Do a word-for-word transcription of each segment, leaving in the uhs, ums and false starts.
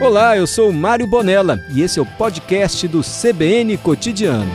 Olá, eu sou o Mário Bonella e esse é o podcast do C B N Cotidiano.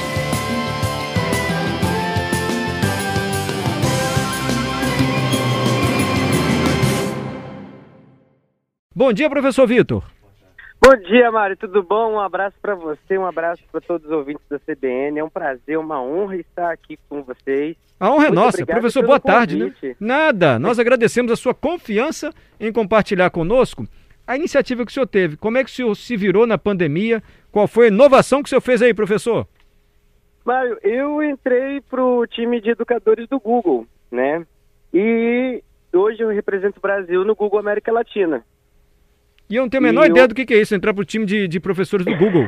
Bom dia, professor Vitor. Bom dia, Mário, tudo bom? Um abraço para você, um abraço para todos os ouvintes da C B N. É um prazer, uma honra estar aqui com vocês. A honra é Muito nossa. Professor, boa tarde, né? Nada, nós agradecemos a sua confiança em compartilhar conosco a iniciativa que o senhor teve. Como é que o senhor se virou na pandemia? Qual foi a inovação que o senhor fez aí, professor? Mário, eu entrei para o time de educadores do Google, né? E hoje eu represento o Brasil no Google América Latina. E eu não tenho a menor e ideia eu... do que, que é isso, entrar para o time de, de professores do Google.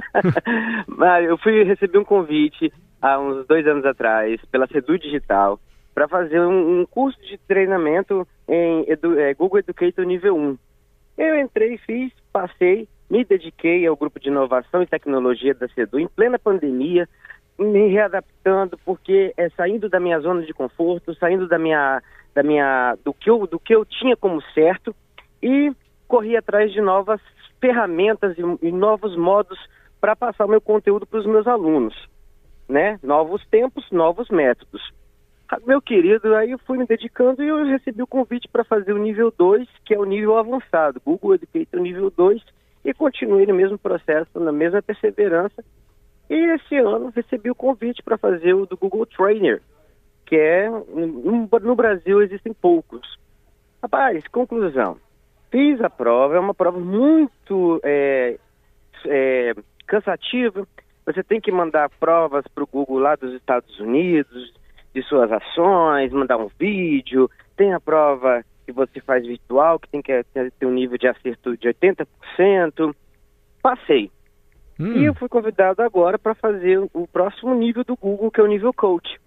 Mário, eu fui receber um convite há uns dois anos atrás pela Sedu Digital para fazer um, um curso de treinamento em edu, é, Google Educator nível um. Eu entrei, fiz, passei, me dediquei ao grupo de inovação e tecnologia da Sedu em plena pandemia, me readaptando, porque é saindo da minha zona de conforto, saindo da minha, da minha, do que eu, do que eu tinha como certo e corri atrás de novas ferramentas e, e novos modos para passar o meu conteúdo para os meus alunos, né? Novos tempos, novos métodos. Meu querido, aí eu fui me dedicando e eu recebi o convite para fazer o nível dois, que é o nível avançado, Google Educator nível dois, e continuei no mesmo processo, na mesma perseverança. E esse ano recebi o convite para fazer o do Google Trainer, que é, no, no Brasil existem poucos. Rapaz, conclusão. Fiz a prova, é uma prova muito é, é, cansativa. Você tem que mandar provas para o Google lá dos Estados Unidos, de suas ações, mandar um vídeo. Tem a prova que você faz virtual, que tem que ter um nível de acerto de oitenta por cento. Passei. Hum. E eu fui convidado agora para fazer o próximo nível do Google, que é o nível Coach.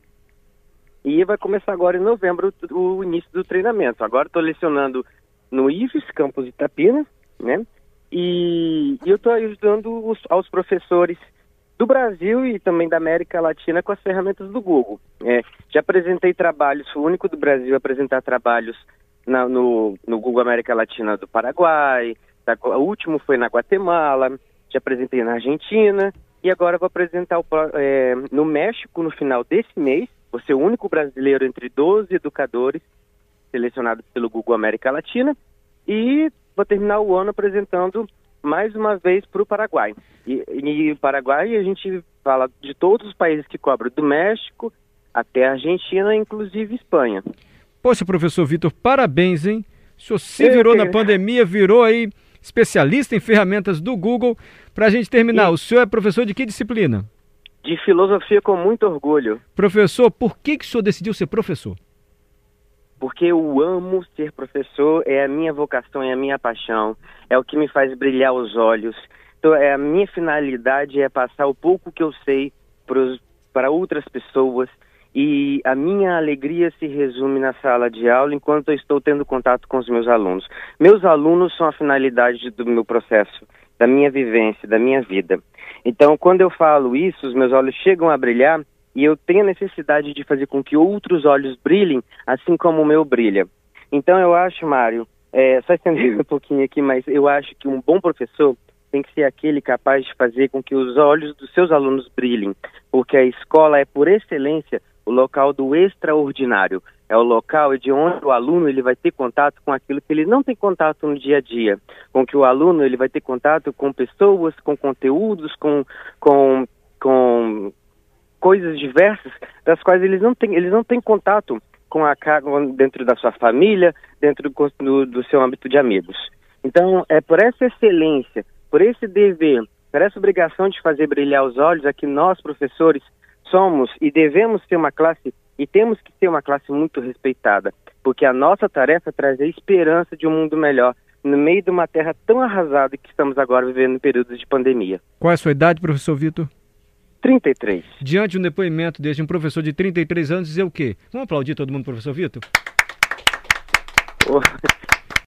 E vai começar agora em novembro o, o início do treinamento. Agora estou lecionando no I F E S, campus Itapina, né? E, e eu estou ajudando os, aos professores do Brasil e também da América Latina com as ferramentas do Google. É, já apresentei trabalhos, fui o único do Brasil a apresentar trabalhos na, no, no Google América Latina do Paraguai, da, o último foi na Guatemala, já apresentei na Argentina e agora vou apresentar o, é, no México no final desse mês. Vou ser o único brasileiro entre doze educadores selecionados pelo Google América Latina, e vou terminar o ano apresentando mais uma vez para o Paraguai. E, e o Paraguai a gente fala de todos os países que cobram, do México até a Argentina, inclusive Espanha. Poxa, professor Vitor, parabéns, hein? O senhor se virou na pandemia, virou aí especialista em ferramentas do Google. Para a gente terminar, e... o senhor é professor de que disciplina? De filosofia, com muito orgulho. Professor, por que, que o senhor decidiu ser professor? Porque eu amo ser professor, é a minha vocação, é a minha paixão, é o que me faz brilhar os olhos. Então, é, a minha finalidade é passar o pouco que eu sei para outras pessoas, e a minha alegria se resume na sala de aula enquanto eu estou tendo contato com os meus alunos. Meus alunos são a finalidade do meu processo, da minha vivência, da minha vida. Então, quando eu falo isso, os meus olhos chegam a brilhar, e eu tenho a necessidade de fazer com que outros olhos brilhem, assim como o meu brilha. Então eu acho, Mário, é, só estender um pouquinho aqui, mas eu acho que um bom professor tem que ser aquele capaz de fazer com que os olhos dos seus alunos brilhem, porque a escola é, por excelência, o local do extraordinário. É o local de onde o aluno ele vai ter contato com aquilo que ele não tem contato no dia a dia, com que o aluno ele vai ter contato com pessoas, com conteúdos, com... com, com coisas diversas, das quais eles não têm, eles não têm contato com a dentro da sua família, dentro do, do seu âmbito de amigos. Então, é por essa excelência, por esse dever, por essa obrigação de fazer brilhar os olhos, é que nós, professores, somos e devemos ser uma classe, e temos que ser uma classe muito respeitada, porque a nossa tarefa é trazer esperança de um mundo melhor, no meio de uma terra tão arrasada que estamos agora vivendo em períodos de pandemia. Qual é a sua idade, professor Vitor? trinta e três. Diante de um depoimento deste um professor de trinta e três anos, dizer o quê? Vamos aplaudir todo mundo, professor Vitor? Oh.